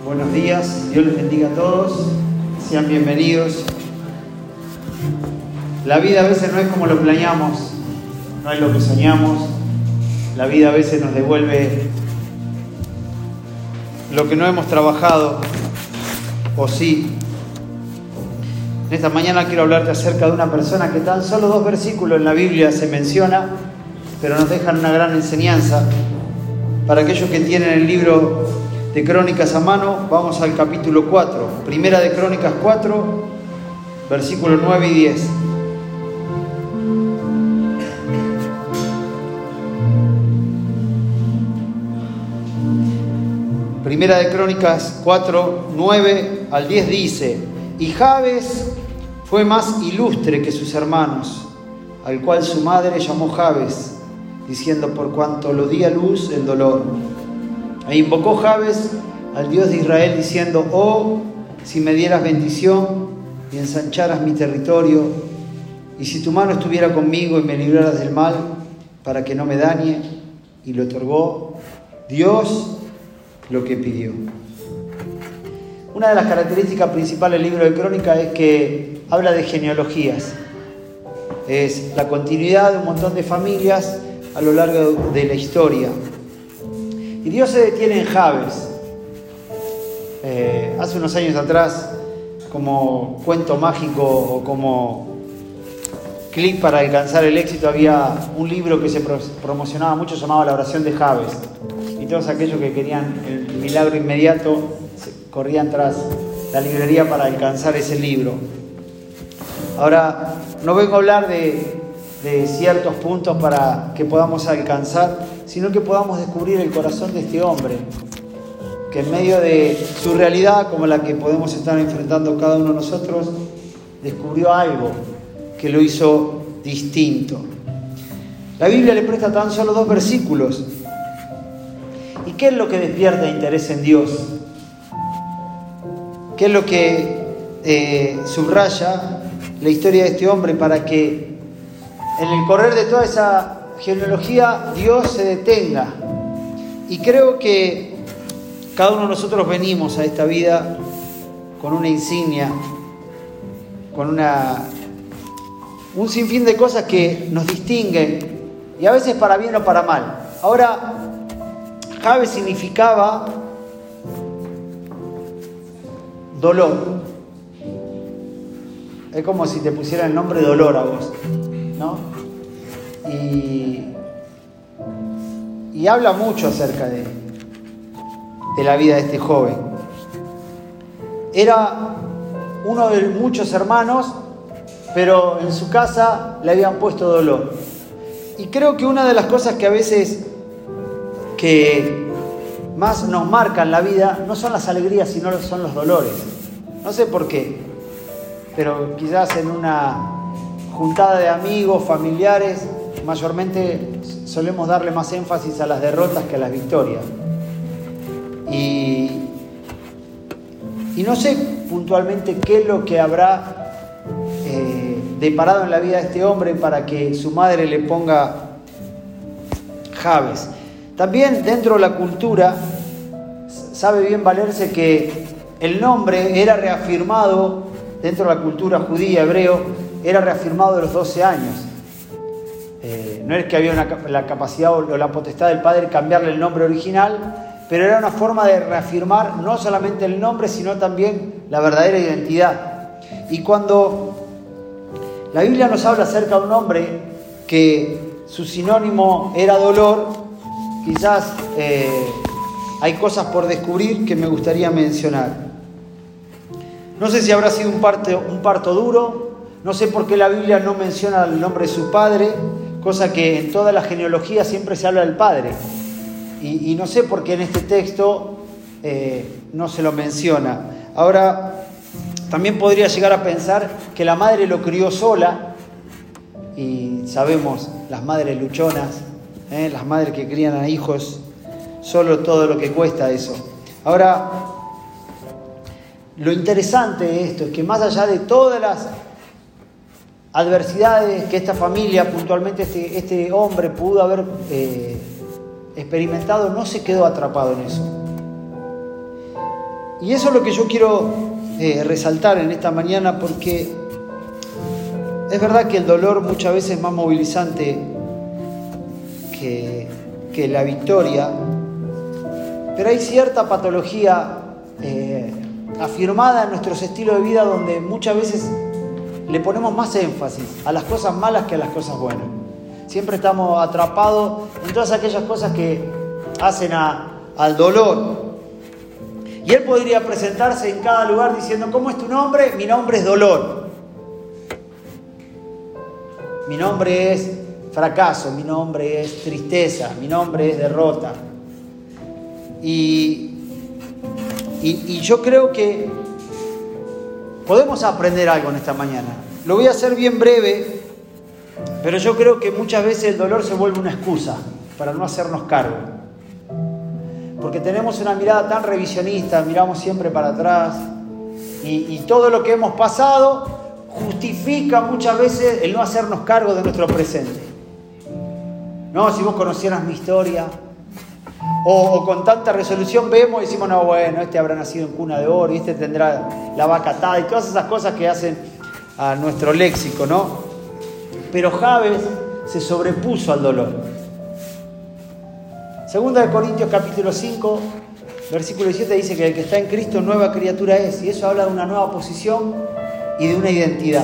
Buenos días, Dios les bendiga a todos, sean bienvenidos. La vida a veces no es como lo planeamos, no es lo que soñamos. La vida a veces nos devuelve lo que no hemos trabajado, o sí. En esta mañana quiero hablarte acerca de una persona que tan solo 2 versículos en la Biblia se menciona, pero nos dejan una gran enseñanza. Para aquellos que tienen el libro de Crónicas a mano, vamos al capítulo 4. Primera de Crónicas 4, versículos 9 y 10. Primera de Crónicas 4, 9 al 10 dice: Y Jabes fue más ilustre que sus hermanos, al cual su madre llamó Jabes, diciendo: por cuanto lo di a luz en dolor. E invocó Jabes al Dios de Israel, diciendo: oh, si me dieras bendición y ensancharas mi territorio, y si tu mano estuviera conmigo y me libraras del mal, para que no me dañe. Y le otorgó Dios lo que pidió. Una de las características principales del libro de Crónicas es que habla de genealogías. Es la continuidad de un montón de familias a lo largo de la historia. Y Dios se detiene en Jabes. Hace unos años atrás, como cuento mágico o como clip para alcanzar el éxito, había un libro que se promocionaba mucho, llamado La oración de Jabes. Y todos aquellos que querían el milagro inmediato corrían tras la librería para alcanzar ese libro. Ahora, no vengo a hablar de ciertos puntos para que podamos alcanzar, sino que podamos descubrir el corazón de este hombre, que en medio de su realidad, como la que podemos estar enfrentando cada uno de nosotros, descubrió algo que lo hizo distinto. La Biblia le presta tan solo 2 versículos. ¿Y qué es lo que despierta interés en Dios? ¿Qué es lo que subraya la historia de este hombre para que en el correr de toda esa genealogía Dios se detenga? Y creo que cada uno de nosotros venimos a esta vida con una insignia, con un sinfín de cosas que nos distinguen, y a veces para bien o para mal. Ahora, Jabes significaba dolor. Es como si te pusieran el nombre Dolor a vos, ¿no? Y habla mucho acerca de la vida de este joven. Era uno de muchos hermanos, pero en su casa le habían puesto Dolor. Y creo que una de las cosas que a veces que más nos marcan la vida no son las alegrías, sino son los dolores. No sé por qué, pero quizás en una juntada de amigos, familiares, mayormente solemos darle más énfasis a las derrotas que a las victorias. Y no sé puntualmente qué es lo que habrá deparado en la vida de este hombre para que su madre le ponga Jabes. También dentro de la cultura sabe bien valerse que el nombre era reafirmado dentro de la cultura judía, hebreo, era reafirmado de los 12 años. No es que había la capacidad o la potestad del padre cambiarle el nombre original, pero era una forma de reafirmar no solamente el nombre, sino también la verdadera identidad. Y cuando la Biblia nos habla acerca de un hombre que su sinónimo era dolor, quizás hay cosas por descubrir que me gustaría mencionar. No sé si habrá sido un parto duro, no sé por qué la Biblia no menciona el nombre de su padre, cosa que en toda la genealogía siempre se habla del padre. Y no sé por qué en este texto no se lo menciona. Ahora, también podría llegar a pensar que la madre lo crió sola, y sabemos, las madres luchonas, las madres que crían a hijos solo, todo lo que cuesta eso. Ahora, lo interesante de esto es que más allá de todas las adversidades que esta familia, puntualmente este hombre pudo haber experimentado, no se quedó atrapado en eso. Y eso es lo que yo quiero resaltar en esta mañana, porque es verdad que el dolor muchas veces es más movilizante que la victoria, pero hay cierta patología afirmada en nuestros estilos de vida donde muchas veces le ponemos más énfasis a las cosas malas que a las cosas buenas. Siempre estamos atrapados en todas aquellas cosas que hacen al dolor. Y él podría presentarse en cada lugar diciendo: ¿cómo es tu nombre? Mi nombre es dolor. Mi nombre es fracaso, mi nombre es tristeza, mi nombre es derrota. Y yo creo que podemos aprender algo en esta mañana. Lo voy a hacer bien breve, pero yo creo que muchas veces el dolor se vuelve una excusa para no hacernos cargo. Porque tenemos una mirada tan revisionista, miramos siempre para atrás y todo lo que hemos pasado justifica muchas veces el no hacernos cargo de nuestro presente. No, si vos conocieras mi historia, o con tanta resolución vemos y decimos: no, bueno, este habrá nacido en cuna de oro y este tendrá la vaca atada, y todas esas cosas que hacen a nuestro léxico, ¿no? Pero Jabes se sobrepuso al dolor. Segunda de Corintios capítulo 5, versículo 17 dice que el que está en Cristo nueva criatura es, y eso habla de una nueva posición y de una identidad.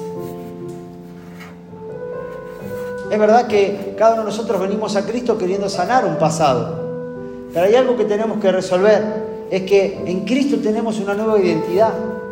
Es verdad que cada uno de nosotros venimos a Cristo queriendo sanar un pasado, pero hay algo que tenemos que resolver, es que en Cristo tenemos una nueva identidad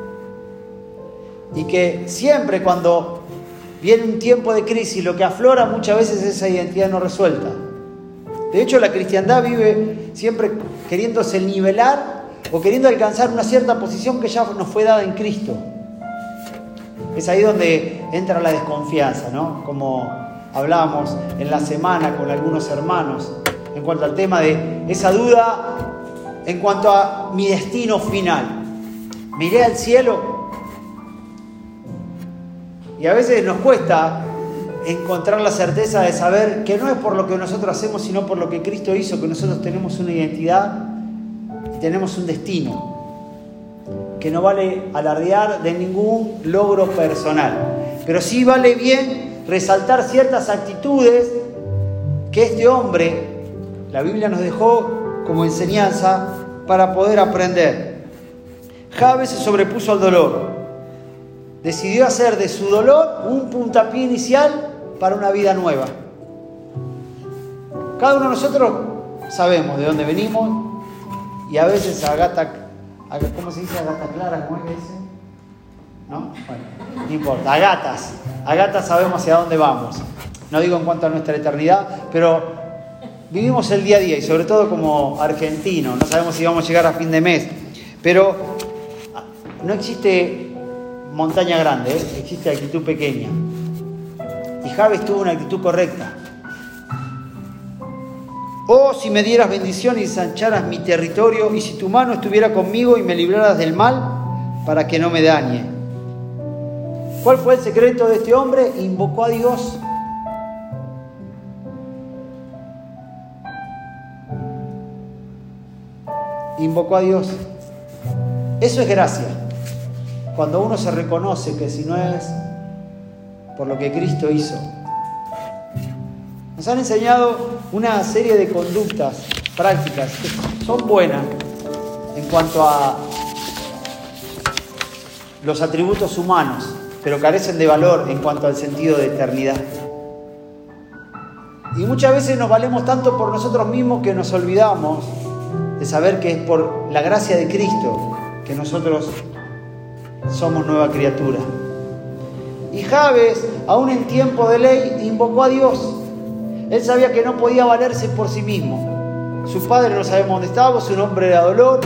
y que siempre cuando viene un tiempo de crisis lo que aflora muchas veces es esa identidad no resuelta. De hecho, la cristiandad vive siempre queriéndose nivelar o queriendo alcanzar una cierta posición que ya nos fue dada en Cristo. Es ahí donde entra la desconfianza, ¿no? Como hablábamos en la semana con algunos hermanos en cuanto al tema de esa duda en cuanto a mi destino final. ¿Miré al cielo? Y a veces nos cuesta encontrar la certeza de saber que no es por lo que nosotros hacemos, sino por lo que Cristo hizo, que nosotros tenemos una identidad y tenemos un destino, que no vale alardear de ningún logro personal, pero sí vale bien resaltar ciertas actitudes que este hombre, la Biblia nos dejó como enseñanza para poder aprender. Jabes se sobrepuso al dolor, decidió hacer de su dolor un puntapié inicial para una vida nueva. Cada uno de nosotros sabemos de dónde venimos y a veces ¿cómo se dice? A gata clara, ¿cómo es que dice? ¿No? Bueno, no importa, a gatas sabemos hacia dónde vamos. No digo en cuanto a nuestra eternidad, pero vivimos el día a día y sobre todo como argentinos, no sabemos si vamos a llegar a fin de mes, pero no existe montaña grande, existe actitud pequeña. Y Jabes tuvo una actitud correcta. Oh, si me dieras bendición y ensancharas mi territorio, y si tu mano estuviera conmigo y me libraras del mal, para que no me dañe. ¿Cuál fue el secreto de este hombre? Invocó a Dios. Invocó a Dios. Eso es gracia. Cuando uno se reconoce que si no es por lo que Cristo hizo. Nos han enseñado una serie de conductas prácticas que son buenas en cuanto a los atributos humanos, pero carecen de valor en cuanto al sentido de eternidad. Y muchas veces nos valemos tanto por nosotros mismos que nos olvidamos de saber que es por la gracia de Cristo que nosotros somos nueva criatura. Y Jabes, aún en tiempo de ley, invocó a Dios. Él sabía que no podía valerse por sí mismo. Su padre no sabemos dónde estaba, su nombre era Dolor.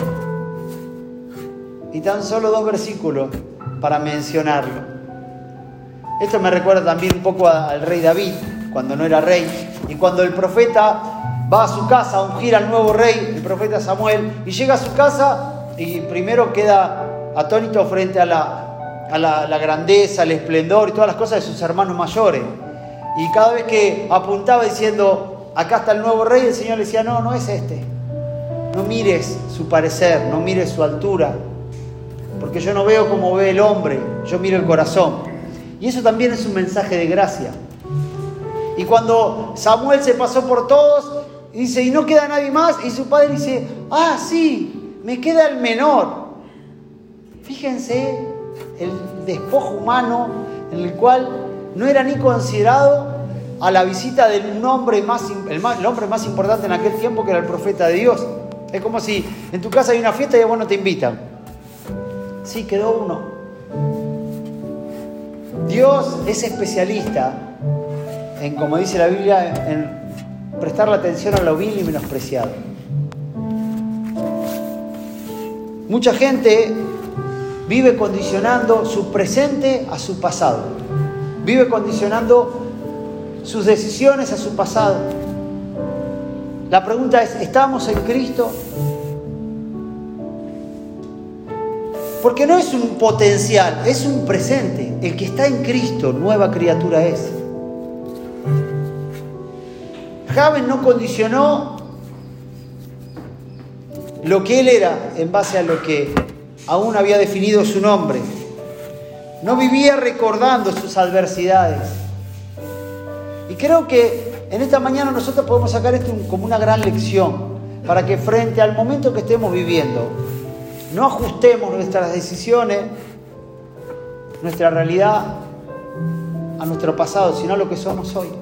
Y tan solo 2 versículos para mencionarlo. Esto me recuerda también un poco al rey David, cuando no era rey. Y cuando el profeta va a su casa a ungir al nuevo rey, el profeta Samuel, y llega a su casa y primero queda atónito frente a la grandeza, el esplendor y todas las cosas de sus hermanos mayores. Y cada vez que apuntaba diciendo, acá está el nuevo rey, el Señor le decía, no es este. no mires su parecer, no mires su altura, porque yo no veo como ve el hombre, yo miro el corazón. Y eso también es un mensaje de gracia. Y cuando Samuel se pasó por todos, dice, y no queda nadie más, y su padre dice, sí, me queda el menor. Fíjense el despojo humano en el cual no era ni considerado a la visita del hombre el hombre más importante en aquel tiempo, que era el profeta de Dios. Es como si en tu casa hay una fiesta y a vos no te invitan. Sí, quedó uno. Dios es especialista en, como dice la Biblia, en prestar la atención a lo vil y menospreciado. Mucha gente vive condicionando su presente a su pasado. Vive condicionando sus decisiones a su pasado. La pregunta es, ¿estamos en Cristo? Porque no es un potencial, es un presente. El que está en Cristo, nueva criatura es. Jabes no condicionó lo que él era en base a lo que aún había definido su nombre. No vivía recordando sus adversidades. Y creo que en esta mañana nosotros podemos sacar esto como una gran lección para que frente al momento que estemos viviendo, no ajustemos nuestras decisiones, nuestra realidad a nuestro pasado, sino a lo que somos hoy.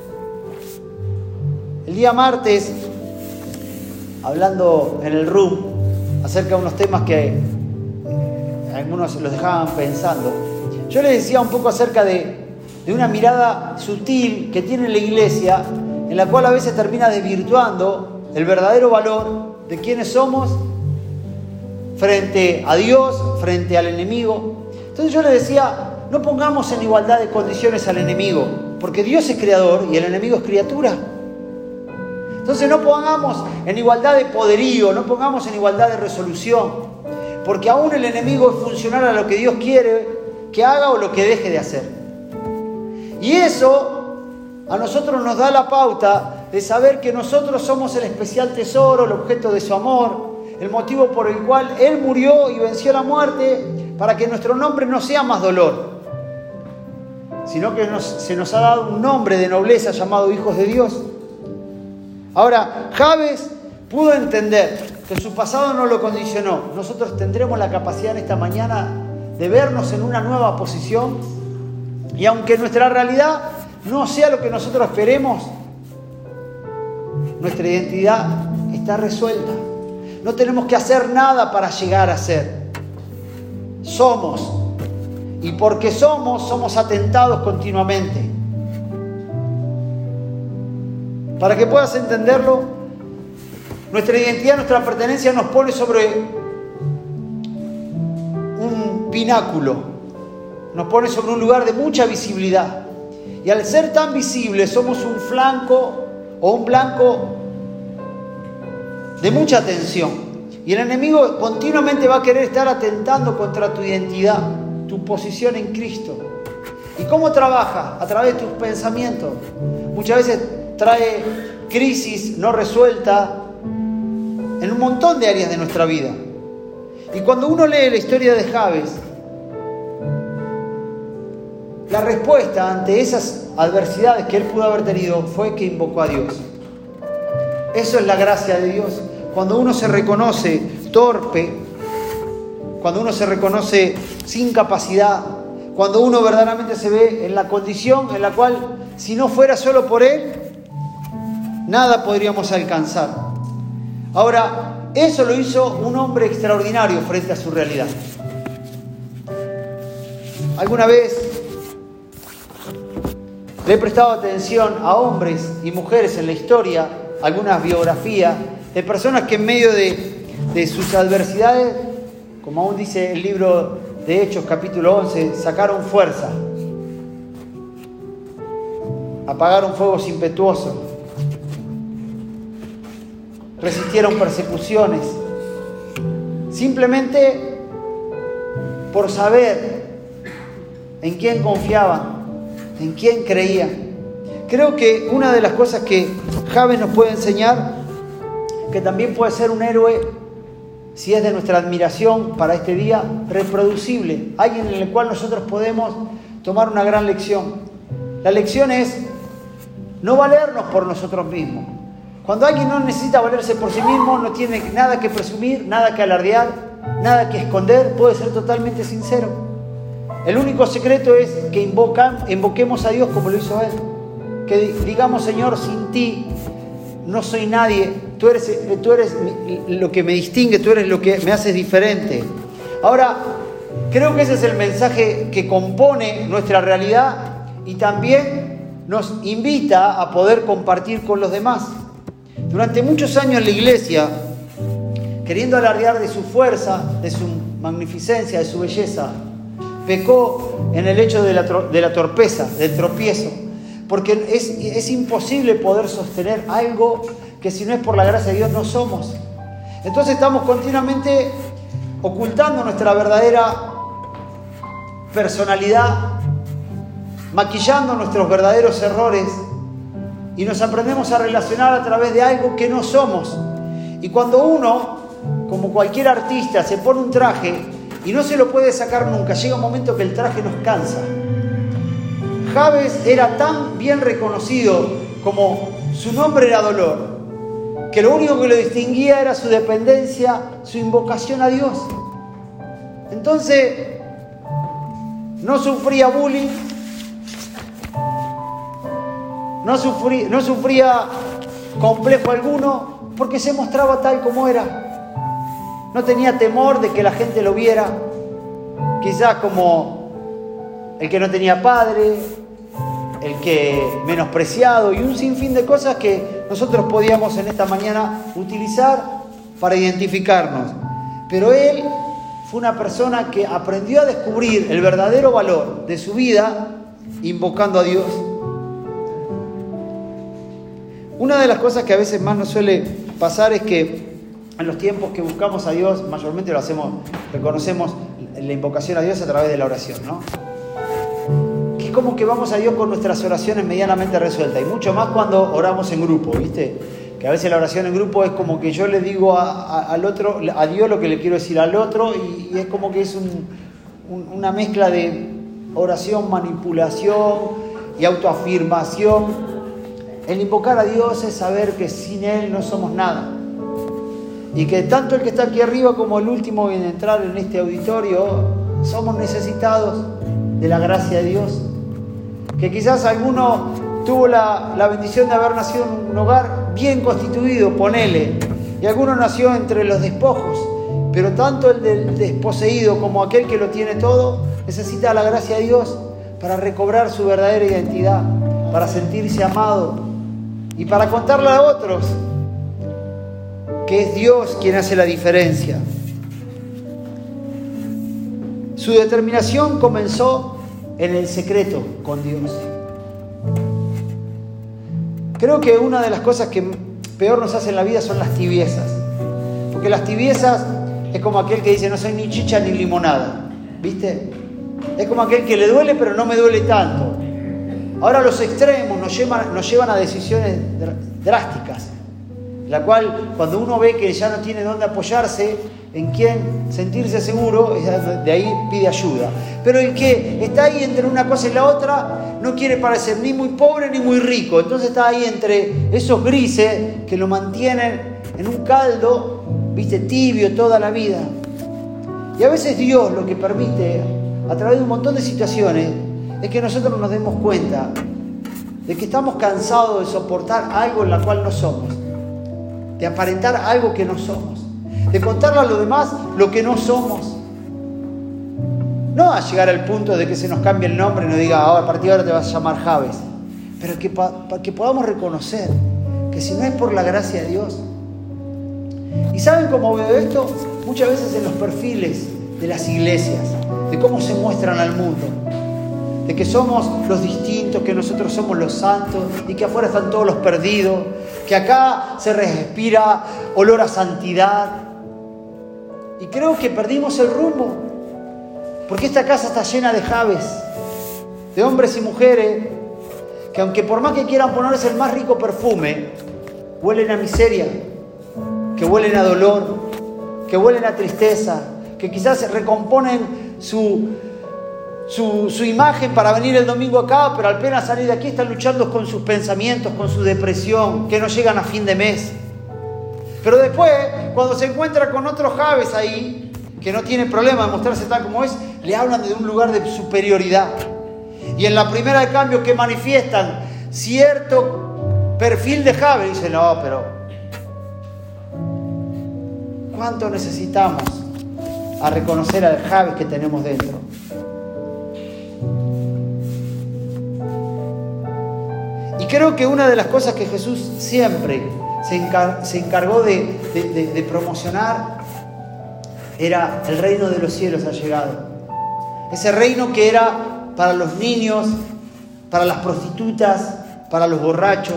El día martes, hablando en el room acerca de unos temas que algunos los dejaban pensando, yo les decía un poco acerca de una mirada sutil que tiene la iglesia, en la cual a veces termina desvirtuando el verdadero valor de quiénes somos frente a Dios, frente al enemigo. Entonces yo les decía, no pongamos en igualdad de condiciones al enemigo, porque Dios es creador y el enemigo es criatura. Entonces no pongamos en igualdad de poderío, no pongamos en igualdad de resolución, porque aún el enemigo es funcional a lo que Dios quiere que haga o lo que deje de hacer. Y eso a nosotros nos da la pauta de saber que nosotros somos el especial tesoro, el objeto de su amor, el motivo por el cual Él murió y venció la muerte, para que nuestro nombre no sea más dolor, sino que se nos ha dado un nombre de nobleza llamado hijos de Dios. Ahora, Jabes pudo entender que su pasado no lo condicionó. Nosotros tendremos la capacidad en esta mañana de vernos en una nueva posición, y aunque nuestra realidad no sea lo que nosotros esperemos, nuestra identidad está resuelta. No tenemos que hacer nada para llegar a ser. Somos. Y porque somos atentados continuamente. Para que puedas entenderlo, nuestra identidad, nuestra pertenencia nos pone sobre un pináculo, nos pone sobre un lugar de mucha visibilidad. Y al ser tan visibles, somos un flanco o un blanco de mucha atención. Y el enemigo continuamente va a querer estar atentando contra tu identidad, tu posición en Cristo. ¿Y cómo trabaja? A través de tus pensamientos. Muchas veces trae crisis no resuelta en un montón de áreas de nuestra vida. Y cuando uno lee la historia de Jabes, la respuesta ante esas adversidades que él pudo haber tenido fue que invocó a Dios. Eso es la gracia de Dios. Cuando uno se reconoce torpe, cuando uno se reconoce sin capacidad, cuando uno verdaderamente se ve en la condición en la cual, si no fuera solo por Él, nada podríamos alcanzar. Ahora, eso lo hizo un hombre extraordinario frente a su realidad. ¿Alguna vez le he prestado atención a hombres y mujeres en la historia, algunas biografías de personas que en medio de sus adversidades, como aún dice el libro de Hechos capítulo 11, sacaron fuerza, apagaron fuegos impetuosos, resistieron persecuciones, simplemente por saber en quién confiaban, en quién creían. Creo que una de las cosas que Jabes nos puede enseñar que también puede ser un héroe, si es de nuestra admiración para este día, reproducible, alguien en el cual nosotros podemos tomar una gran lección. La lección es no valernos por nosotros mismos. Cuando alguien no necesita valerse por sí mismo, no tiene nada que presumir, nada que alardear, nada que esconder, puede ser totalmente sincero. El único secreto es que invoquemos a Dios como lo hizo Él. Que digamos: Señor, sin ti no soy nadie, tú eres lo que me distingue, tú eres lo que me haces diferente. Ahora, creo que ese es el mensaje que compone nuestra realidad y también nos invita a poder compartir con los demás. Durante muchos años la iglesia, queriendo alardear de su fuerza, de su magnificencia, de su belleza, pecó en el hecho de la torpeza, del tropiezo, porque es imposible poder sostener algo que si no es por la gracia de Dios no somos. Entonces estamos continuamente ocultando nuestra verdadera personalidad, maquillando nuestros verdaderos errores, y nos aprendemos a relacionar a través de algo que no somos. Y cuando uno, como cualquier artista, se pone un traje y no se lo puede sacar nunca, llega un momento que el traje nos cansa. Jabes era tan bien reconocido como su nombre era dolor, que lo único que lo distinguía era su dependencia, su invocación a Dios. Entonces, no sufría bullying, no sufría complejo alguno, porque se mostraba tal como era. No tenía temor de que la gente lo viera, quizás como el que no tenía padre, el que menospreciado, y un sinfín de cosas que nosotros podíamos en esta mañana utilizar para identificarnos. Pero él fue una persona que aprendió a descubrir el verdadero valor de su vida invocando a Dios. Una de las cosas que a veces más nos suele pasar es que en los tiempos que buscamos a Dios, mayormente reconocemos la invocación a Dios a través de la oración, ¿no? Que es como que vamos a Dios con nuestras oraciones medianamente resueltas, y mucho más cuando oramos en grupo, ¿viste? Que a veces la oración en grupo es como que yo le digo al otro, a Dios lo que le quiero decir al otro, y es como que es una mezcla de oración, manipulación y autoafirmación. El invocar a Dios es saber que sin Él no somos nada. Y que tanto el que está aquí arriba como el último en entrar en este auditorio somos necesitados de la gracia de Dios. Que quizás alguno tuvo la bendición de haber nacido en un hogar bien constituido, ponele, y alguno nació entre los despojos, pero tanto el del desposeído como aquel que lo tiene todo necesita la gracia de Dios para recobrar su verdadera identidad, para sentirse amado y para contarle a otros que es Dios quien hace la diferencia. Su determinación comenzó en el secreto con Dios. Creo que una de las cosas que peor nos hace en la vida son las tibiezas. Porque las tibiezas es como aquel que dice: no soy ni chicha ni limonada, ¿viste? Es como aquel que le duele pero no me duele tanto. Ahora los extremos nos llevan a decisiones drásticas, la cual cuando uno ve que ya no tiene dónde apoyarse, en quién sentirse seguro, de ahí pide ayuda. Pero el que está ahí entre una cosa y la otra no quiere parecer ni muy pobre ni muy rico, entonces está ahí entre esos grises que lo mantienen en un caldo, ¿viste?, tibio toda la vida. Y a veces Dios lo que permite, a través de un montón de situaciones, es que nosotros nos demos cuenta de que estamos cansados de soportar algo en la cual no somos, de aparentar algo que no somos, de contarle a los demás lo que no somos. No a llegar al punto de que se nos cambie el nombre y nos diga: ahora a partir de ahora te vas a llamar Jabes, pero que podamos reconocer que si no es por la gracia de Dios. ¿Y saben cómo veo esto? Muchas veces en los perfiles de las iglesias, de cómo se muestran al mundo, de que somos los distintos, que nosotros somos los santos y que afuera están todos los perdidos, que acá se respira olor a santidad. Y creo que perdimos el rumbo, porque esta casa está llena de Jabes, de hombres y mujeres que, aunque por más que quieran ponerse el más rico perfume, huelen a miseria, que huelen a dolor, que huelen a tristeza, que quizás recomponen su imagen para venir el domingo acá, pero al apenas salir de aquí están luchando con sus pensamientos, con su depresión, que no llegan a fin de mes. Pero después, cuando se encuentra con otros Javes ahí, que no tienen problema de mostrarse tal como es, le hablan de un lugar de superioridad. Y en la primera de cambio que manifiestan cierto perfil de Jave, dicen, no, pero ¿cuánto necesitamos a reconocer al Jave que tenemos dentro? Y creo que una de las cosas que Jesús siempre se encargó de promocionar era el reino de los cielos ha llegado. Ese reino que era para los niños, para las prostitutas, para los borrachos,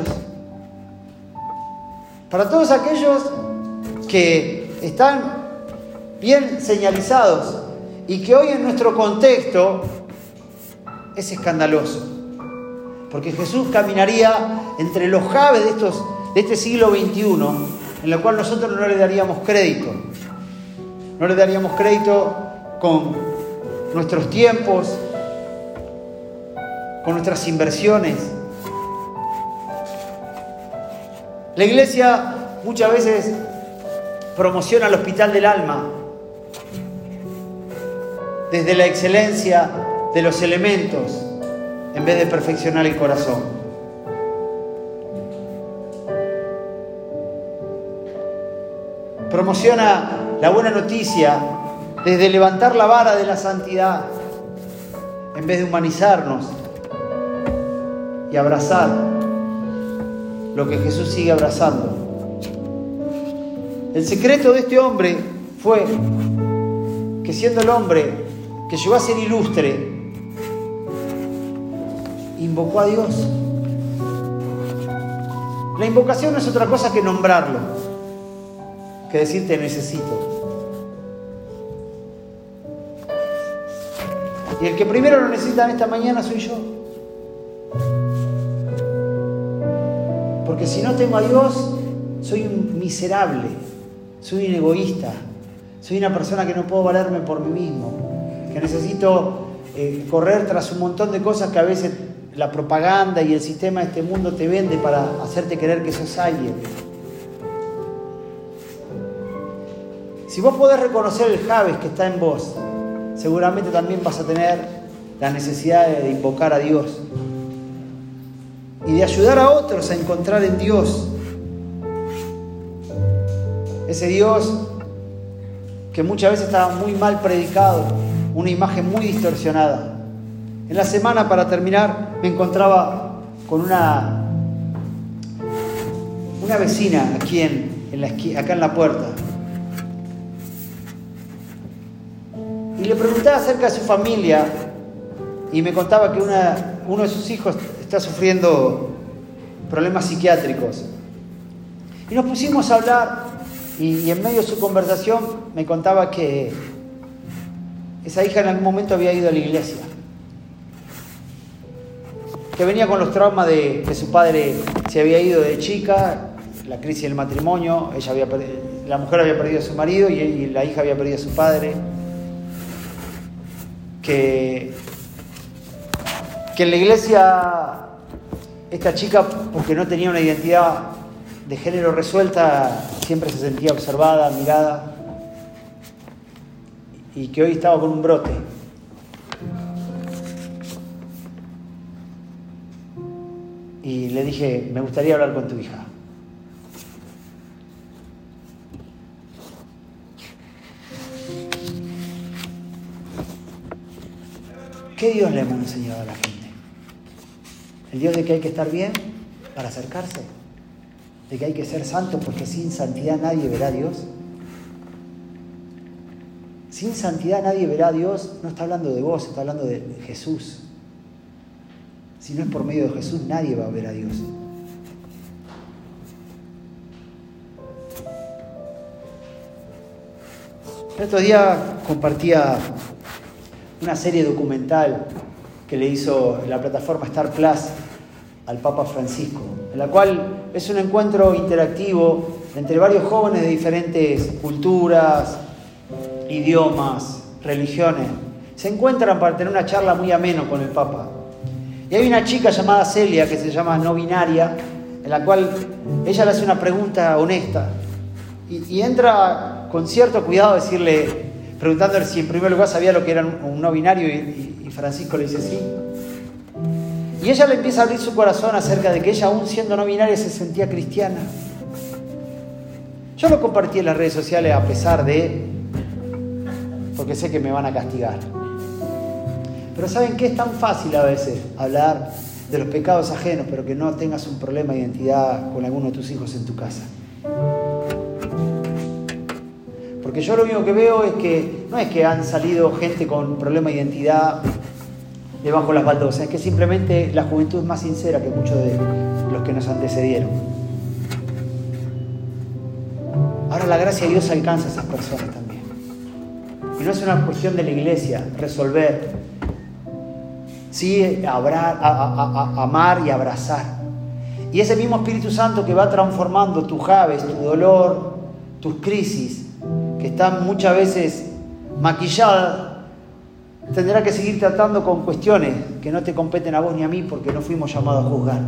para todos aquellos que están bien señalizados y que hoy en nuestro contexto es escandaloso. Porque Jesús caminaría entre los Javes de este siglo XXI, en lo cual nosotros no le daríamos crédito. No le daríamos crédito con nuestros tiempos, con nuestras inversiones. La iglesia muchas veces promociona el hospital del alma desde la excelencia de los elementos, en vez de perfeccionar el corazón. Promociona la buena noticia desde levantar la vara de la santidad, en vez de humanizarnos y abrazar lo que Jesús sigue abrazando. El secreto de este hombre fue que, siendo el hombre que llegó a ser ilustre, invocó a Dios. La invocación no es otra cosa que nombrarlo, que decir te necesito. Y el que primero lo necesita en esta mañana soy yo. Porque si no tengo a Dios, soy un miserable, soy un egoísta, soy una persona que no puedo valerme por mí mismo, que necesito correr tras un montón de cosas que a veces la propaganda y el sistema de este mundo te vende para hacerte creer que sos alguien. Si vos podés reconocer el Javes que está en vos, seguramente también vas a tener la necesidad de invocar a Dios y de ayudar a otros a encontrar en Dios ese Dios que muchas veces estaba muy mal predicado, una imagen muy distorsionada. En la semana, para terminar, me encontraba con una vecina aquí acá en la puerta. Y le preguntaba acerca de su familia y me contaba que uno de sus hijos está sufriendo problemas psiquiátricos. Y nos pusimos a hablar y en medio de su conversación me contaba que esa hija en algún momento había ido a la iglesia, que venía con los traumas de que su padre se había ido de chica, la crisis del matrimonio, la mujer había perdido a su marido y la hija había perdido a su padre, que en la iglesia esta chica, porque no tenía una identidad de género resuelta, siempre se sentía observada, mirada, y que hoy estaba con un brote. Y le dije, me gustaría hablar con tu hija. ¿Qué Dios le hemos enseñado a la gente? ¿El Dios de que hay que estar bien para acercarse? ¿De que hay que ser santo porque sin santidad nadie verá a Dios? Sin santidad nadie verá a Dios. No está hablando de vos, está hablando de Jesús. Si no es por medio de Jesús, nadie va a ver a Dios. El otro día compartía una serie documental que le hizo la plataforma Star Plus al Papa Francisco, en la cual es un encuentro interactivo entre varios jóvenes de diferentes culturas, idiomas, religiones. Se encuentran para tener una charla muy ameno con el Papa. Y hay una chica llamada Celia, que se llama no binaria, en la cual ella le hace una pregunta honesta. Y entra con cierto cuidado preguntándole si en primer lugar sabía lo que era un no binario, y Francisco le dice sí. Y ella le empieza a abrir su corazón acerca de que ella, aún siendo no binaria, se sentía cristiana. Yo lo compartí en las redes sociales porque sé que me van a castigar. Pero ¿saben qué? Es tan fácil a veces hablar de los pecados ajenos, pero que no tengas un problema de identidad con alguno de tus hijos en tu casa. Porque yo lo único que veo es que no es que han salido gente con problema de identidad debajo de las baldosas, es que simplemente la juventud es más sincera que muchos de los que nos antecedieron. Ahora la gracia de Dios alcanza a esas personas también. Y no es una cuestión de la iglesia resolver, sí, amar y abrazar. Y ese mismo Espíritu Santo que va transformando tus javes, tu dolor, tus crisis, que están muchas veces maquilladas, tendrá que seguir tratando con cuestiones que no te competen a vos ni a mí, porque no fuimos llamados a juzgar.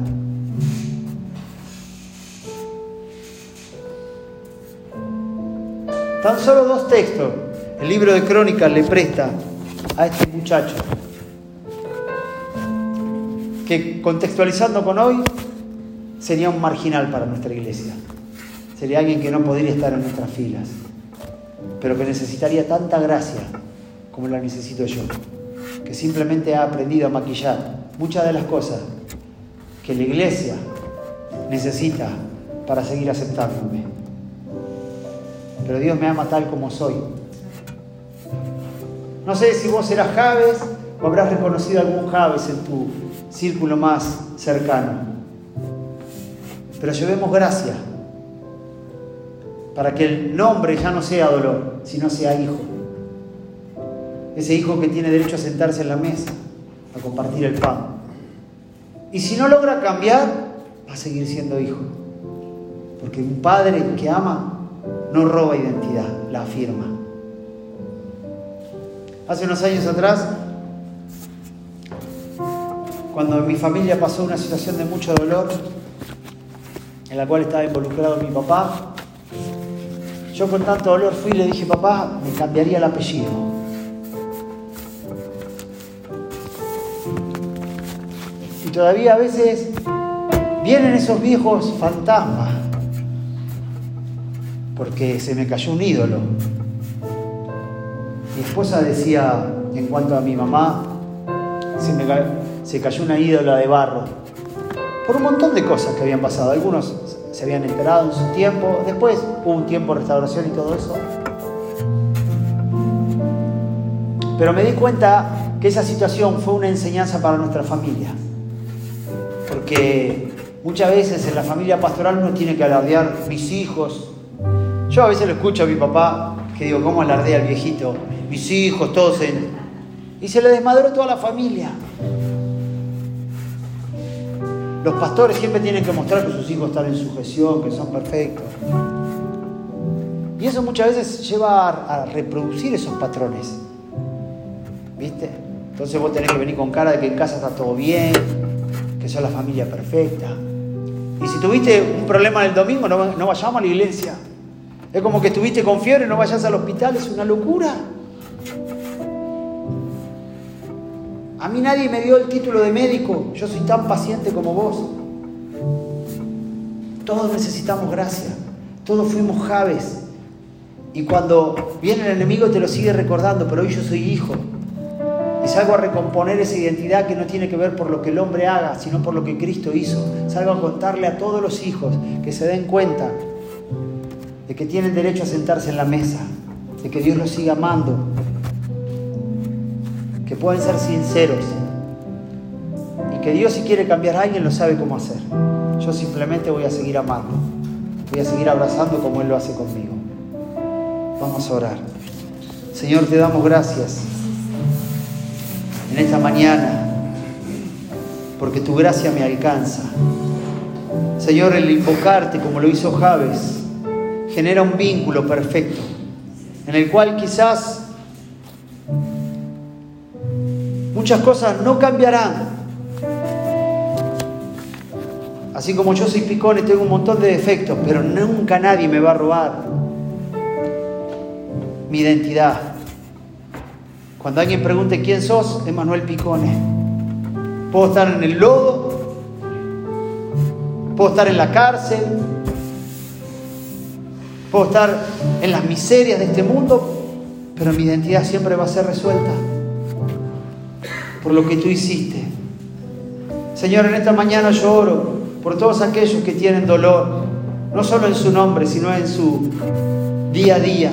Tan solo 2 textos el libro de Crónicas le presta a este muchacho, que contextualizando con hoy sería un marginal para nuestra iglesia, sería alguien que no podría estar en nuestras filas, pero que necesitaría tanta gracia como la necesito yo, que simplemente ha aprendido a maquillar muchas de las cosas que la iglesia necesita para seguir aceptándome. Pero Dios me ama tal como soy. No sé si vos eras Javes o habrás reconocido algún Javes en tu círculo más cercano, pero llevemos gracia para que el nombre ya no sea dolor, sino sea hijo. Ese hijo que tiene derecho a sentarse en la mesa, a compartir el pan. Y si no logra cambiar, va a seguir siendo hijo. Porque un padre que ama no roba identidad, la afirma. Hace unos años atrás, cuando mi familia pasó una situación de mucho dolor, en la cual estaba involucrado mi papá, yo con tanto dolor fui y le dije: papá, me cambiaría el apellido. Y todavía a veces vienen esos viejos fantasmas, porque se me cayó un ídolo. Mi esposa decía, en cuanto a mi mamá, se cayó una ídola de barro, por un montón de cosas que habían pasado. Algunos se habían enterado en su tiempo, después hubo un tiempo de restauración y todo eso. Pero me di cuenta que esa situación fue una enseñanza para nuestra familia, porque muchas veces en la familia pastoral uno tiene que alardear mis hijos. Yo a veces lo escucho a mi papá, que digo, ¿cómo alardea el viejito? Mis hijos, todos y se le desmadró toda la familia. Los pastores siempre tienen que mostrar que sus hijos están en sujeción, que son perfectos. Y eso muchas veces lleva a reproducir esos patrones. ¿Viste? Entonces vos tenés que venir con cara de que en casa está todo bien, que sos la familia perfecta. Y si tuviste un problema el domingo, no vayamos a la iglesia. Es como que estuviste con fiebre y no vayas al hospital, es una locura. A mí nadie me dio el título de médico, yo soy tan paciente como vos. Todos necesitamos gracia, todos fuimos Javes. Y cuando viene el enemigo te lo sigue recordando, pero hoy yo soy hijo. Y salgo a recomponer esa identidad que no tiene que ver por lo que el hombre haga, sino por lo que Cristo hizo. Salgo a contarle a todos los hijos que se den cuenta de que tienen derecho a sentarse en la mesa, de que Dios los siga amando, que pueden ser sinceros y que Dios, si quiere cambiar a alguien, lo sabe cómo hacer. Yo simplemente voy a seguir amando, voy a seguir abrazando como Él lo hace conmigo. Vamos a orar. Señor, te damos gracias en esta mañana porque tu gracia me alcanza. Señor, el invocarte como lo hizo Javes genera un vínculo perfecto, en el cual quizás muchas cosas no cambiarán. Así como yo soy picón y tengo un montón de defectos, pero nunca nadie me va a robar mi identidad. Cuando alguien pregunte quién sos, Emanuel Picone. Puedo estar en el lodo, puedo estar en la cárcel, puedo estar en las miserias de este mundo, pero mi identidad siempre va a ser resuelta por lo que tú hiciste. Señor, en esta mañana yo oro por todos aquellos que tienen dolor, no solo en su nombre, sino en su día a día.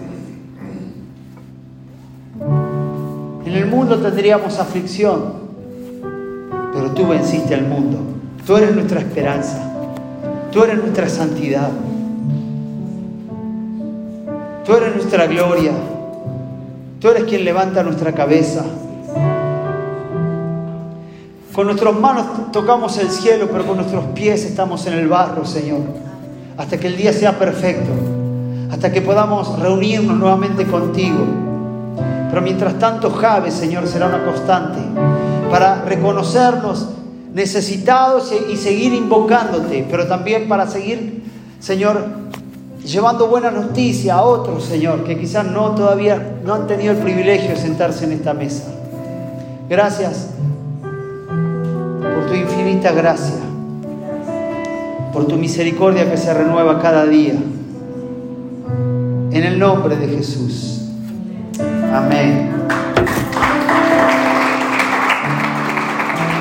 En el mundo tendríamos aflicción, pero tú venciste al mundo. Tú eres nuestra esperanza, tú eres nuestra santidad, tú eres nuestra gloria, tú eres quien levanta nuestra cabeza. Con nuestras manos tocamos el cielo, pero con nuestros pies estamos en el barro, Señor, hasta que el día sea perfecto, hasta que podamos reunirnos nuevamente contigo. Pero mientras tanto, Jave, Señor, será una constante para reconocernos necesitados y seguir invocándote, pero también para seguir, Señor, llevando buena noticia a otros, Señor, que quizás todavía no han tenido el privilegio de sentarse en esta mesa. Gracias por tu infinita gracia, por tu misericordia que se renueva cada día. En el nombre de Jesús. Amén.